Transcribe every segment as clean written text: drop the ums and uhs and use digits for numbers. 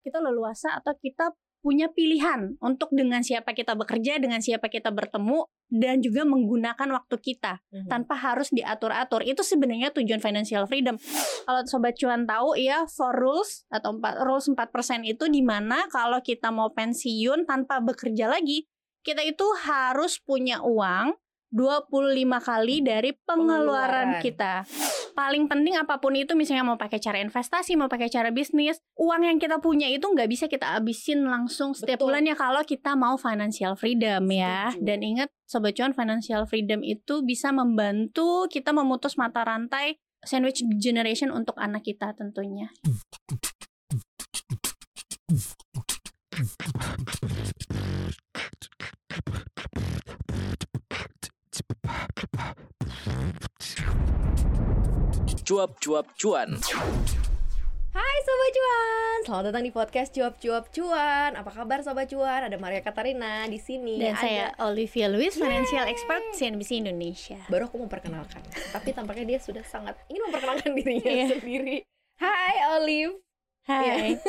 kita leluasa atau kita punya pilihan untuk dengan siapa kita bekerja, dengan siapa kita bertemu, dan juga menggunakan waktu kita tanpa harus diatur-atur. Itu sebenarnya tujuan financial freedom. Kalau Sobat Cuan tahu ya, 4 rules atau 4 rules 4% itu dimana kalau kita mau pensiun tanpa bekerja lagi, kita itu harus punya uang 25 kali dari pengeluaran kita. Paling penting apapun itu, misalnya mau pakai cara investasi, mau pakai cara bisnis, uang yang kita punya itu nggak bisa kita habisin langsung setiap bulannya kalau kita mau financial freedom ya. Dan ingat Sobat Cuan, financial freedom itu bisa membantu kita memutus mata rantai sandwich generation untuk anak kita tentunya. Cuap-cuap cuan. Hai Sobat Cuan, selamat datang di podcast Cuap-cuap cuan. Apa kabar Sobat Cuan? Ada Maria Katarina di sini. Dan saya Olivia Louis, financial expert CNBC Indonesia. Baru aku memperkenalkan, tapi tampaknya dia sudah sangat ingin memperkenalkan dirinya sendiri. Hai Olive. Hai.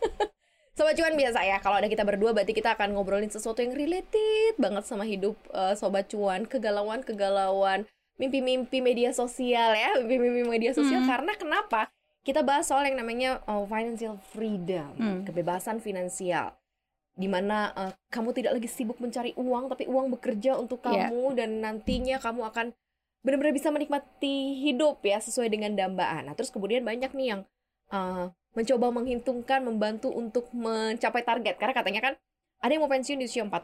Sobat Cuan, biasa ya, kalau ada kita berdua berarti kita akan ngobrolin sesuatu yang related banget sama hidup Sobat Cuan. Kegalauan, mimpi-mimpi media sosial ya, mimpi-mimpi media sosial. Karena kenapa? Kita bahas soal yang namanya financial freedom, kebebasan finansial, dimana kamu tidak lagi sibuk mencari uang, tapi uang bekerja untuk kamu, dan nantinya kamu akan benar-benar bisa menikmati hidup ya sesuai dengan dambaan. Nah, terus kemudian banyak nih yang mencoba menghitungkan, membantu untuk mencapai target, karena katanya kan ada yang mau pensiun di usia 40,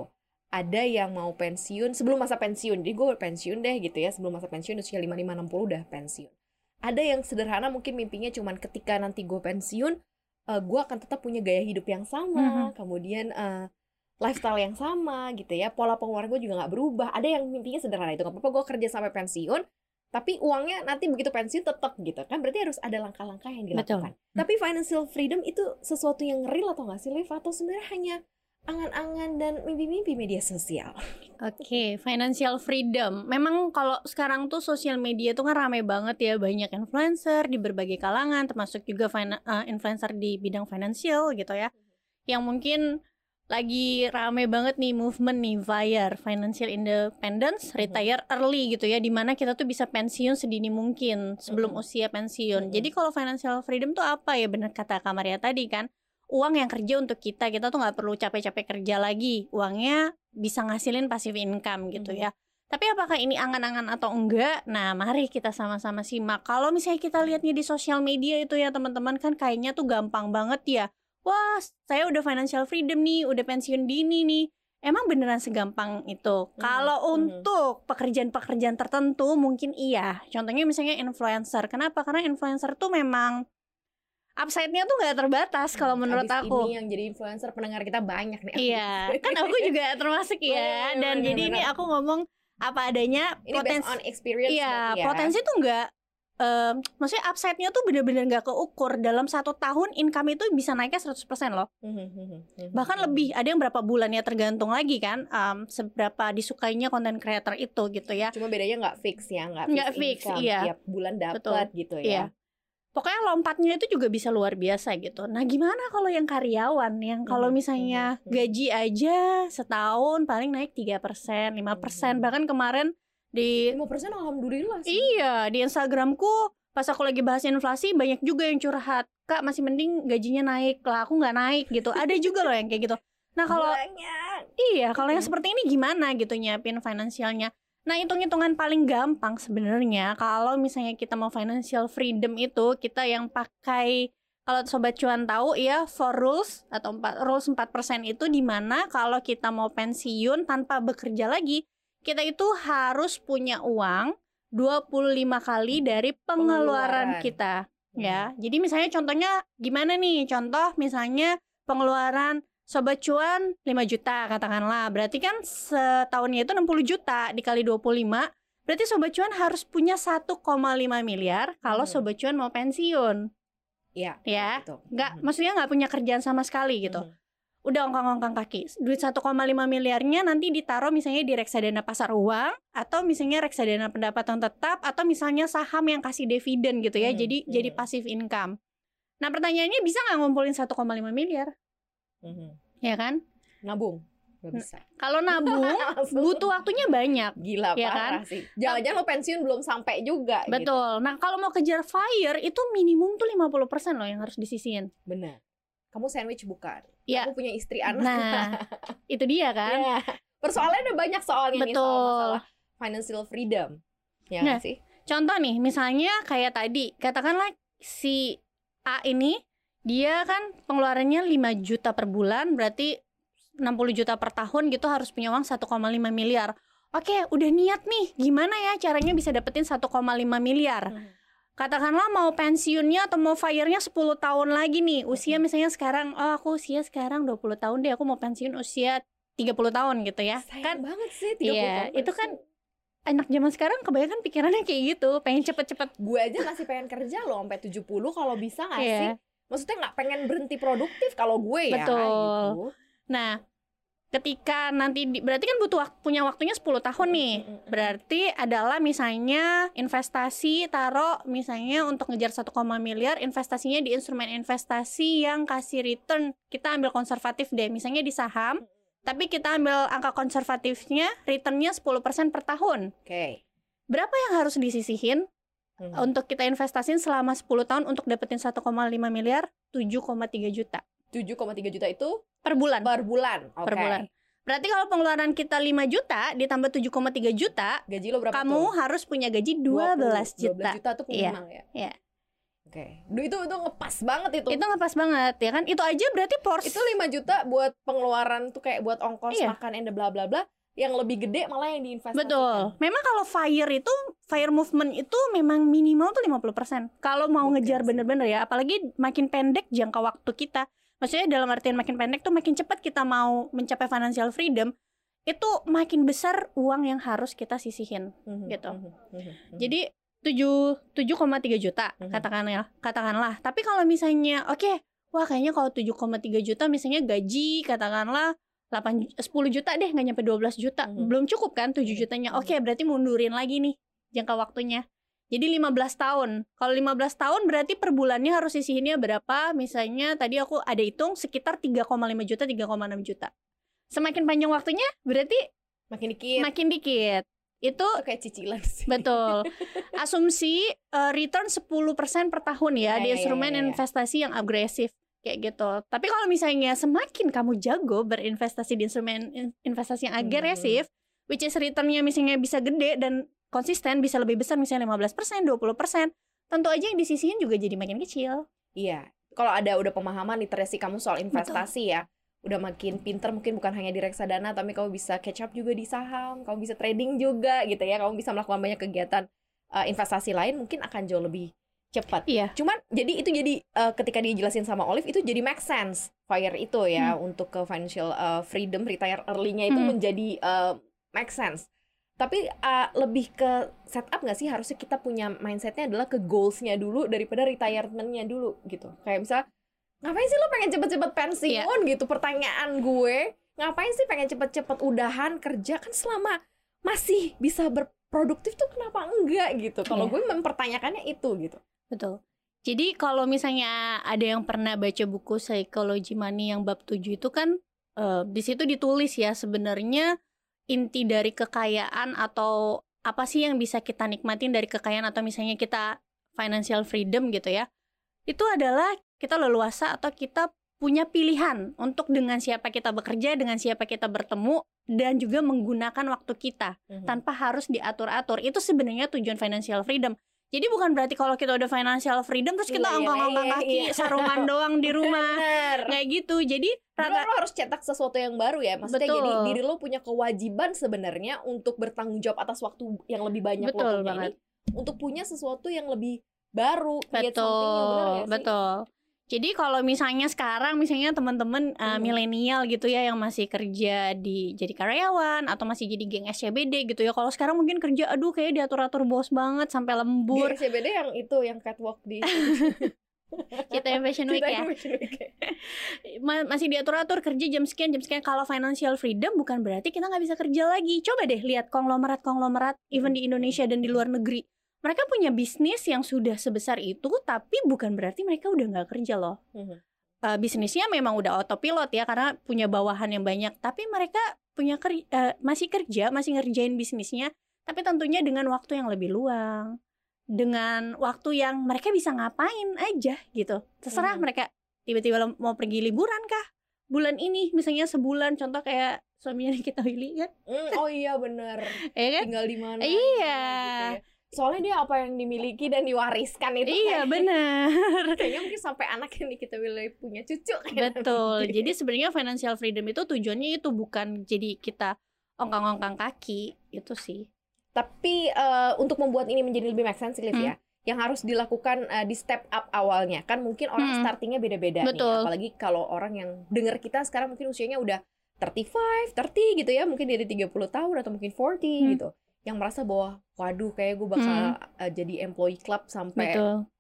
ada yang mau pensiun sebelum masa pensiun, jadi gue pensiun deh gitu ya, sebelum masa pensiun usia 55-60 udah pensiun. Ada yang sederhana, mungkin mimpinya cuman ketika nanti gue pensiun, gue akan tetap punya gaya hidup yang sama, kemudian lifestyle yang sama gitu ya, pola pengeluaran gue juga gak berubah. Ada yang mimpinya sederhana, itu gak apa-apa gue kerja sampai pensiun, tapi uangnya nanti begitu pensiun tetap gitu kan, berarti harus ada langkah-langkah yang dilakukan. Tapi financial freedom itu sesuatu yang real atau gak sih, Liv? Atau sebenarnya hanya angan-angan dan mimpi-mimpi media sosial? Oke, financial freedom. Memang kalau sekarang tuh sosial media tuh kan ramai banget ya, banyak influencer di berbagai kalangan, termasuk juga influencer di bidang finansial gitu ya, yang mungkin lagi rame banget nih movement nih FIRE, Financial Independence, Retire Early gitu ya, dimana kita tuh bisa pensiun sedini mungkin sebelum usia pensiun. Jadi kalau financial freedom tuh apa ya, benar kata Kak Maria tadi kan, uang yang kerja untuk kita tuh nggak perlu capek-capek kerja lagi, uangnya bisa ngasilin passive income gitu ya. Tapi apakah ini angan-angan atau enggak? Nah, mari kita sama-sama simak. Kalau misalnya kita lihatnya di sosial media itu ya teman-teman, kan kayaknya tuh gampang banget ya. Wah, saya udah financial freedom nih, udah pensiun dini nih. Emang beneran segampang itu? Kalau untuk pekerjaan-pekerjaan tertentu mungkin iya. Contohnya misalnya influencer. Kenapa? Karena influencer tuh memang upside-nya tuh gak terbatas kalau menurut aku. Ini yang jadi influencer pendengar kita banyak nih. Iya, kan aku juga termasuk ya. Dan jadi ini aku ngomong apa adanya. Ini based on experience. Iya, potensi tuh gak maksudnya upside-nya tuh bener-bener gak keukur. Dalam 1 tahun income itu bisa naiknya 100% loh. Bahkan lebih, ada yang berapa bulan ya, tergantung lagi kan seberapa disukainya content creator itu gitu ya. Cuma bedanya gak fix ya, gak fix income, iya. tiap bulan dapat gitu ya. Iya. Pokoknya lompatnya itu juga bisa luar biasa gitu. Nah, gimana kalau yang karyawan, yang kalau misalnya gaji aja setahun paling naik 3%, 5%, bahkan kemarin di 5% alhamdulillah sih. Iya, di Instagramku pas aku lagi bahas inflasi banyak juga yang curhat, Kak masih mending gajinya naik lah, aku nggak naik gitu. Ada juga loh yang kayak gitu. Nah kalau kalau yang seperti ini gimana gitu nyiapin finansialnya? Nah, hitung-hitungan paling gampang sebenarnya kalau misalnya kita mau financial freedom itu, kita yang pakai, kalau Sobat Cuan tahu ya, 4 rules atau 4 rules 4% itu dimana kalau kita mau pensiun tanpa bekerja lagi, kita itu harus punya uang 25 kali dari pengeluaran kita ya. Jadi misalnya contohnya gimana nih? Contoh misalnya pengeluaran Sobat Cuan 5 juta katakanlah, berarti kan setahunnya itu 60 juta dikali 25, berarti Sobat Cuan harus punya 1,5 miliar kalau Sobat Cuan mau pensiun. Iya. Ya, maksudnya nggak punya kerjaan sama sekali gitu. Udah ongkang-ongkang kaki, duit 1,5 miliarnya nanti ditaruh misalnya di reksadana pasar uang, atau misalnya reksadana pendapatan tetap, atau misalnya saham yang kasih dividen gitu ya, jadi passive income. Nah pertanyaannya, bisa nggak ngumpulin 1,5 miliar? Ya kan? Nabung nggak bisa. Kalau nabung Langsung. butuh waktunya banyak. Gila Ya parah sih. Jangan-jangan lo pensiun belum sampai juga. Gitu. Betul. Nah kalau mau kejar FIRE itu minimum tuh 50% loh yang harus disisihin. Benar. Kamu sandwich bukan? Ya. Aku punya istri anak. Nah itu dia kan. Ya. Persoalannya ada banyak soalnya nih soal Betul. masalah financial freedom. Ya Nah, nggak sih? Contoh nih, misalnya kayak tadi, katakanlah si A ini, dia kan pengeluarannya 5 juta per bulan, berarti 60 juta per tahun gitu, harus punya uang 1,5 miliar. Oke, udah niat nih, gimana ya caranya bisa dapetin 1,5 miliar? Katakanlah mau pensiunnya atau mau FIRE-nya 10 tahun lagi nih. Usia misalnya sekarang, aku usia sekarang 20 tahun deh, aku mau pensiun usia 30 tahun gitu ya. Sayang banget sih 30 Iya, tahun itu kan pensiun. anak zaman sekarang kebanyakan pikirannya kayak gitu, pengen cepet-cepet. Gue aja masih pengen kerja loh sampai 70 kalau bisa nggak Iya. sih? Maksudnya nggak pengen berhenti produktif kalau gue ya. Betul. Gitu. Nah, ketika nanti berarti kan butuh punya waktunya 10 tahun nih. Berarti adalah misalnya investasi, taruh misalnya untuk ngejar 1, miliar, investasinya di instrumen investasi yang kasih return, kita ambil konservatif deh, misalnya di saham, tapi kita ambil angka konservatifnya, returnnya 10% per tahun. Oke. Berapa yang harus disisihin untuk kita investasiin selama 10 tahun untuk dapetin 1,5 miliar? 7,3 juta 7,3 juta itu per bulan. per bulan. Per Oke. bulan. Berarti kalau pengeluaran kita 5 juta ditambah 7,3 juta, Gaji lo berapa kamu tuh? harus punya gaji 12 juta. 12 juta tuh Iya. memang ya. Iya. Oke. Itu ngepas banget itu. Itu ngepas banget ya kan? Itu aja berarti porsi. Itu 5 juta buat pengeluaran tuh kayak buat ongkos Iya. makan and bla bla bla. Yang lebih gede malah yang diinvestasikan. Betul. Memang kalau fire movement itu memang minimal tuh 50%. Kalau mau Oke, ngejar sih. bener-bener ya, apalagi makin pendek jangka waktu kita. Maksudnya dalam artian makin pendek tuh makin cepat kita mau mencapai financial freedom, itu makin besar uang yang harus kita sisihin gitu. Jadi 7,3 juta katakanlah. Tapi kalau misalnya wah kayaknya kalau 7,3 juta misalnya gaji katakanlah 10 juta deh, nggak nyampe 12 juta. Belum cukup kan 7 jutanya. Oke, berarti mundurin lagi nih jangka waktunya. Jadi 15 tahun. Kalau 15 tahun berarti per bulannya harus sisihinnya berapa? Misalnya tadi aku ada hitung sekitar 3,5 juta, 3,6 juta. Semakin panjang waktunya berarti makin dikit. makin dikit. Itu kayak cicilan sih. betul. Asumsi return 10% per tahun ya di instrumen investasi yang agresif kayak gitu. Tapi kalau misalnya semakin kamu jago berinvestasi di instrumen investasi yang agresif, which is returnnya misalnya bisa gede dan konsisten, bisa lebih besar misalnya 15%, 20%, tentu aja yang disisihin juga jadi makin kecil. Iya. Kalau udah pemahaman literasi kamu soal investasi ya, udah makin pinter, mungkin bukan hanya di reksadana, tapi kamu bisa catch up juga di saham, kamu bisa trading juga gitu ya, kamu bisa melakukan banyak kegiatan investasi lain, mungkin akan jauh lebih cepat. Iya. Cuman jadi ketika dijelasin sama Olive itu jadi make sense FIRE itu ya untuk ke financial freedom, retire early-nya itu menjadi make sense. Tapi lebih ke setup nggak sih, harusnya kita punya mindsetnya adalah ke goals-nya dulu daripada retirement-nya dulu gitu. Kayak misal, ngapain sih lo pengen cepet-cepet pensiun gitu, pertanyaan gue. Ngapain sih pengen cepet-cepet udahan kerja, kan selama masih bisa berproduktif tuh kenapa enggak gitu. Kalau gue mempertanyakannya itu gitu. Betul. Jadi kalau misalnya ada yang pernah baca buku Psychology Money yang bab 7 itu kan di situ ditulis ya sebenarnya inti dari kekayaan atau apa sih yang bisa kita nikmatin dari kekayaan atau misalnya kita financial freedom gitu ya. Itu adalah kita leluasa atau kita punya pilihan untuk dengan siapa kita bekerja, dengan siapa kita bertemu, dan juga menggunakan waktu kita tanpa harus diatur-atur. Itu sebenarnya tujuan financial freedom. Jadi bukan berarti kalau kita udah financial freedom terus kita angkang-angkang kaki sarungan doang di rumah. Nggak gitu. Jadi lo harus cetak sesuatu yang baru ya. Maksudnya Betul. jadi diri lo punya kewajiban sebenarnya untuk bertanggung jawab atas waktu yang lebih banyak lo punya ini, untuk punya sesuatu yang lebih baru. Betul. Jadi kalau misalnya sekarang misalnya teman-teman milenial gitu ya yang masih kerja jadi karyawan atau masih jadi geng SCBD gitu ya. Kalau sekarang mungkin kerja kayak diatur-atur bos banget sampai lembur. Geng SCBD yang itu yang catwalk di kita yang Fashion Week ya. Masih diatur-atur kerja jam sekian. Kalau financial freedom bukan berarti kita nggak bisa kerja lagi. Coba deh lihat konglomerat even di Indonesia dan di luar negeri. mereka punya bisnis yang sudah sebesar itu, tapi bukan berarti mereka udah nggak kerja loh. Bisnisnya memang udah autopilot ya, karena punya bawahan yang banyak, tapi mereka punya masih kerja, masih ngerjain bisnisnya, tapi tentunya dengan waktu yang lebih luang, dengan waktu yang mereka bisa ngapain aja gitu. Terserah mereka tiba-tiba mau pergi liburan kah bulan ini, misalnya sebulan, contoh kayak suaminya Nikita Willy kan. Oh iya bener. Kan? Tinggal di mana? Iya. Gitu ya. Soalnya dia apa yang dimiliki dan diwariskan itu. Iya benar. Kayaknya mungkin sampai anaknya Nikita Willy punya cucu. Betul. Jadi sebenarnya financial freedom itu tujuannya itu bukan jadi kita ongkang-ongkang kaki, itu sih. Tapi untuk membuat ini menjadi lebih make sense, Liv, ya, yang harus dilakukan di step up awalnya. Kan mungkin orang startingnya beda-beda nih. Apalagi kalau orang yang dengar kita sekarang mungkin usianya udah 35, 30 gitu ya. Mungkin dari 30 tahun atau mungkin 40 gitu. Yang merasa bahwa, waduh kayak gue bakal jadi employee club sampai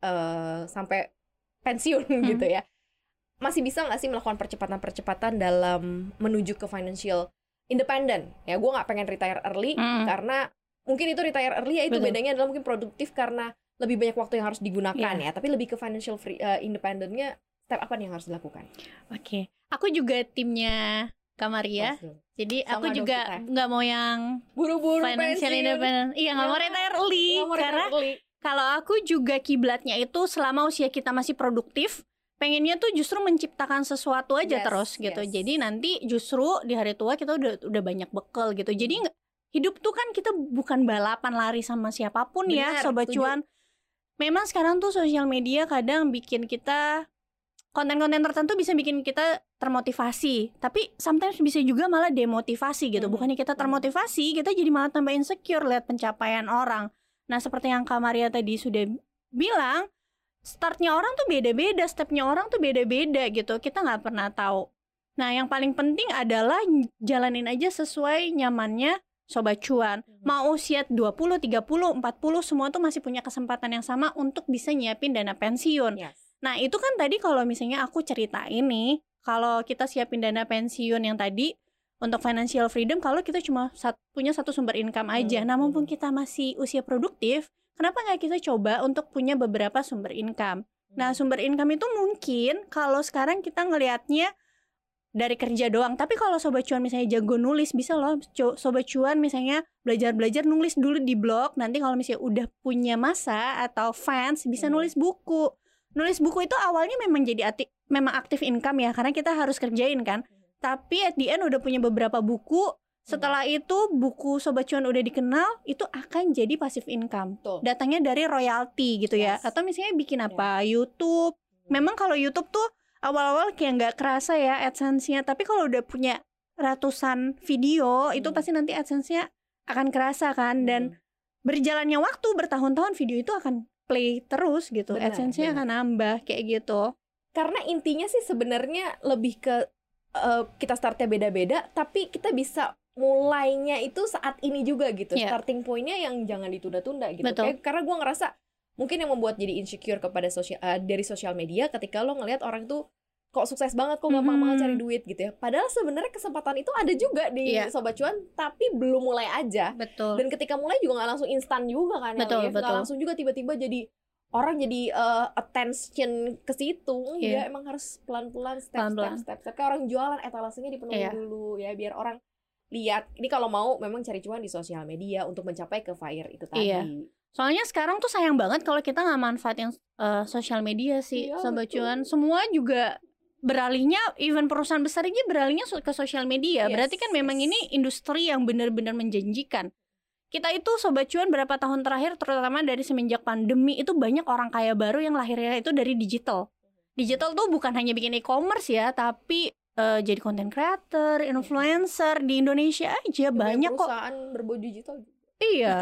sampai pensiun gitu ya. Masih bisa nggak sih melakukan percepatan-percepatan dalam menuju ke financial independent? Ya gue nggak pengen retire early karena mungkin itu retire early ya itu bedanya adalah mungkin produktif karena lebih banyak waktu yang harus digunakan ya, tapi lebih ke financial independentnya step apa nih yang harus dilakukan? Oke. Aku juga timnya Kamaria. Jadi aku juga nggak mau yang buru-buru financial independent. Iya, nggak mau retire early karena kalau aku juga kiblatnya itu selama usia kita masih produktif, pengennya tuh justru menciptakan sesuatu aja terus gitu. Jadi nanti justru di hari tua kita udah banyak bekal gitu. Jadi hidup tuh kan kita bukan balapan lari sama siapapun. Bener, ya Sobat Cuan. Memang sekarang tuh sosial media kadang bikin kita, konten-konten tertentu bisa bikin kita termotivasi, tapi sometimes bisa juga malah demotivasi gitu. Bukannya kita termotivasi, kita jadi malah tambah insecure lihat pencapaian orang. Nah seperti yang Kak Maria tadi sudah bilang, startnya orang tuh beda-beda, stepnya orang tuh beda-beda gitu. Kita nggak pernah tahu. Nah yang paling penting adalah jalanin aja sesuai nyamannya Sobat Cuan. Mau usia 20, 30, 40, semua tuh masih punya kesempatan yang sama untuk bisa nyiapin dana pensiun. Nah itu kan tadi kalau misalnya aku ceritain nih, kalau kita siapin dana pensiun yang tadi untuk financial freedom, kalau kita cuma punya satu sumber income aja. Nah mumpung kita masih usia produktif, kenapa nggak kita coba untuk punya beberapa sumber income? Nah sumber income itu mungkin kalau sekarang kita ngelihatnya dari kerja doang, tapi kalau Sobat Cuan misalnya jago nulis, bisa loh Sobat Cuan misalnya belajar nulis dulu di blog. Nanti kalau misalnya udah punya masa atau fans, bisa nulis buku. Nulis buku itu awalnya memang jadi memang aktif income ya, karena kita harus kerjain kan. Tapi at the end udah punya beberapa buku. Setelah itu buku Sobat Cuan udah dikenal, itu akan jadi passive income. Datangnya dari royalti gitu ya. Atau misalnya bikin apa, YouTube. Memang kalau YouTube tuh awal-awal kayak nggak kerasa ya AdSense-nya, tapi kalau udah punya ratusan video itu pasti nanti AdSense-nya akan kerasa kan. Dan berjalannya waktu bertahun-tahun video itu akan play terus gitu. AdSense-nya akan nambah kayak gitu. Karena intinya sih sebenarnya lebih ke kita startnya beda-beda, tapi kita bisa mulainya itu saat ini juga gitu. Starting point-nya yang jangan ditunda-tunda gitu. Karena gue ngerasa mungkin yang membuat jadi insecure kepada dari sosial media ketika lo ngelihat orang tuh kok sukses banget, kok gampang banget cari duit gitu ya. Padahal sebenarnya kesempatan itu ada juga di Sobat Cuan, tapi belum mulai aja. Dan ketika mulai juga nggak langsung instan juga kan, nggak langsung juga tiba-tiba jadi orang jadi attention ke situ. Enggak, emang harus pelan-pelan, step. Kayak orang jualan etalasenya dipenuhi dulu ya, biar orang lihat. Ini kalau mau memang cari cuan di sosial media untuk mencapai ke FIRE itu tadi. Soalnya sekarang tuh sayang banget kalau kita nggak manfaatin sosial media sih, Sobat Cuan. Semua juga beralihnya, even perusahaan besar aja beralihnya ke sosial media. Berarti kan memang ini industri yang benar-benar menjanjikan. Kita itu Sobat Cuan berapa tahun terakhir, terutama dari semenjak pandemi, itu banyak orang kaya baru yang lahirnya itu dari digital. Digital tuh bukan hanya bikin e-commerce ya, tapi jadi content creator, influencer. Di Indonesia aja banyak kok perusahaan berbau digital. Iya.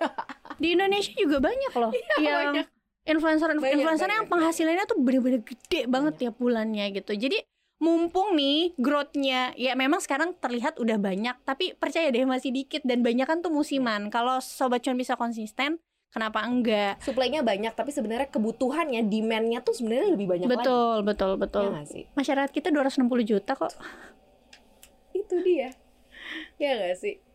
Di Indonesia juga banyak loh yang influencer yang penghasilannya tuh bener-bener gede banget tiap bulannya gitu. Jadi mumpung nih growth-nya ya memang sekarang terlihat udah banyak, tapi percaya deh masih dikit dan banyak kan tuh musiman. Kalau Sobat Cuan bisa konsisten, kenapa enggak? Supply-nya banyak, tapi sebenarnya kebutuhannya, demand-nya tuh sebenarnya lebih banyak lagi. Betul. Ya, masyarakat kita 260 juta kok. Itu dia. Ya nggak sih?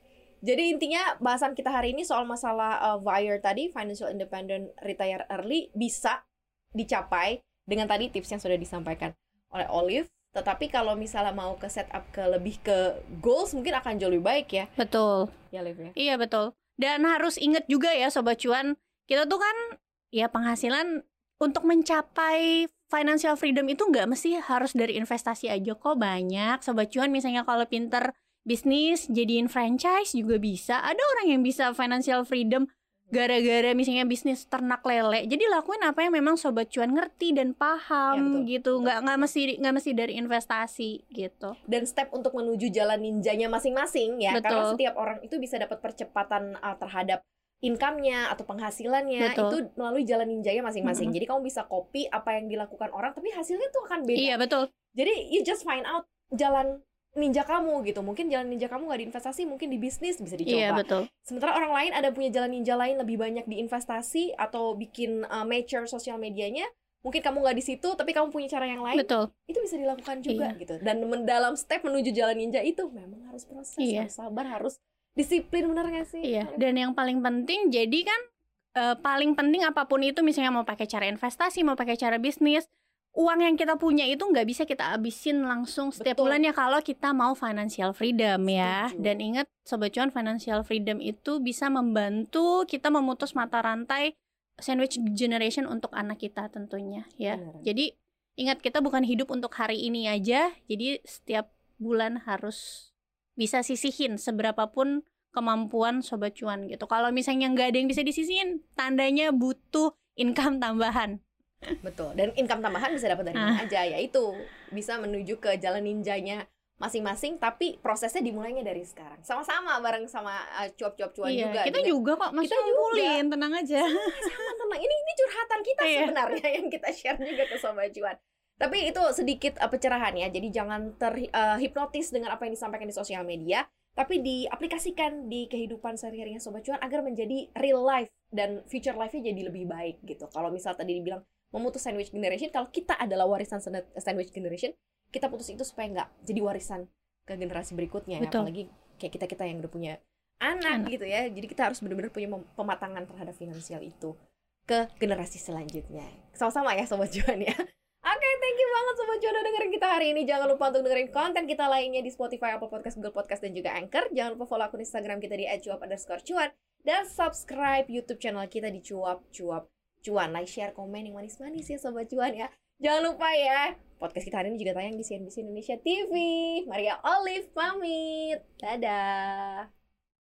Jadi intinya bahasan kita hari ini soal masalah FIRE tadi, Financial Independent Retire Early, bisa dicapai dengan tadi tips yang sudah disampaikan oleh Olive. Tetapi kalau misalnya mau ke setup lebih ke goals, mungkin akan jauh lebih baik ya. Betul. Ya, Liv ya. Iya betul. Dan harus ingat juga ya Sobat Cuan, kita tuh kan ya penghasilan untuk mencapai financial freedom itu nggak mesti harus dari investasi aja kok. Banyak Sobat Cuan misalnya kalau pinter bisnis jadiin franchise juga bisa. Ada orang yang bisa financial freedom gara-gara misalnya bisnis ternak lele. Jadi lakuin apa yang memang Sobat Cuan ngerti dan paham Ya, betul. gitu. Betul. Nggak mesti dari investasi gitu. Dan step untuk menuju jalan ninjanya masing-masing ya. Betul. Karena setiap orang itu bisa dapat percepatan terhadap income-nya atau penghasilannya. Betul. Itu melalui jalan ninjanya masing-masing. Jadi kamu bisa copy apa yang dilakukan orang, tapi hasilnya tuh akan beda. Iya betul. Jadi you just find out jalan ninja kamu gitu. Mungkin jalan ninja kamu nggak di investasi, mungkin di bisnis bisa dicoba. Iya betul. Sementara orang lain ada punya jalan ninja lain lebih banyak di investasi atau bikin mature sosial medianya. Mungkin kamu nggak di situ, tapi kamu punya cara yang lain. Betul. Itu bisa dilakukan juga Iya. gitu. Dan dalam step menuju jalan ninja itu memang harus proses, Iya. harus sabar, harus disiplin, benar nggak sih? Iya, dan yang paling penting jadi kan paling penting apapun itu misalnya mau pakai cara investasi, mau pakai cara bisnis, uang yang kita punya itu nggak bisa kita habisin langsung setiap Betul. bulannya kalau kita mau financial freedom ya. Setuju. Dan ingat Sobat Cuan, financial freedom itu bisa membantu kita memutus mata rantai sandwich generation untuk anak kita tentunya ya. Benar. Jadi ingat kita bukan hidup untuk hari ini aja, jadi setiap bulan harus bisa sisihin seberapapun kemampuan Sobat Cuan gitu. Kalau misalnya nggak ada yang bisa disisihin, tandanya butuh income tambahan. Betul. Dan income tambahan bisa dapat dari mana aja, yaitu bisa menuju ke jalan ninjanya masing-masing, tapi prosesnya dimulainya dari sekarang. Sama-sama bareng sama cuap-cuap cuan Iya, juga. kita dengan- juga kok masih Kita juga. ngumpulin, tenang aja. sama tenang. Ini curhatan kita Iya. sebenarnya yang kita share juga ke Sobat Cuan. Tapi itu sedikit pencerahan ya. Jadi jangan terhipnotis dengan apa yang disampaikan di sosial media, tapi diaplikasikan di kehidupan sehari-harinya Sobat Cuan agar menjadi real life dan future life-nya jadi lebih baik gitu. Kalau misal tadi dibilang memutus sandwich generation, kalau kita adalah warisan sandwich generation, kita putus itu supaya nggak jadi warisan ke generasi berikutnya. Ya. Betul. Apalagi kayak kita yang udah punya anak gitu ya. Jadi kita harus benar-benar punya pematangan terhadap finansial itu ke generasi selanjutnya. Sama-sama ya Sobat Cuan ya. Oke, thank you banget Sobat Cuan udah dengerin kita hari ini. Jangan lupa untuk dengerin konten kita lainnya di Spotify, Apple Podcast, Google Podcast, dan juga Anchor. Jangan lupa follow akun Instagram kita di @cuap_cuan dan subscribe YouTube channel kita di cuap-cuap cuan. Like, share, komen yang manis-manis ya Sobat Cuan ya. Jangan lupa ya, podcast kita hari ini juga tayang di CNBC Indonesia TV. Maria Olive pamit. Dadah.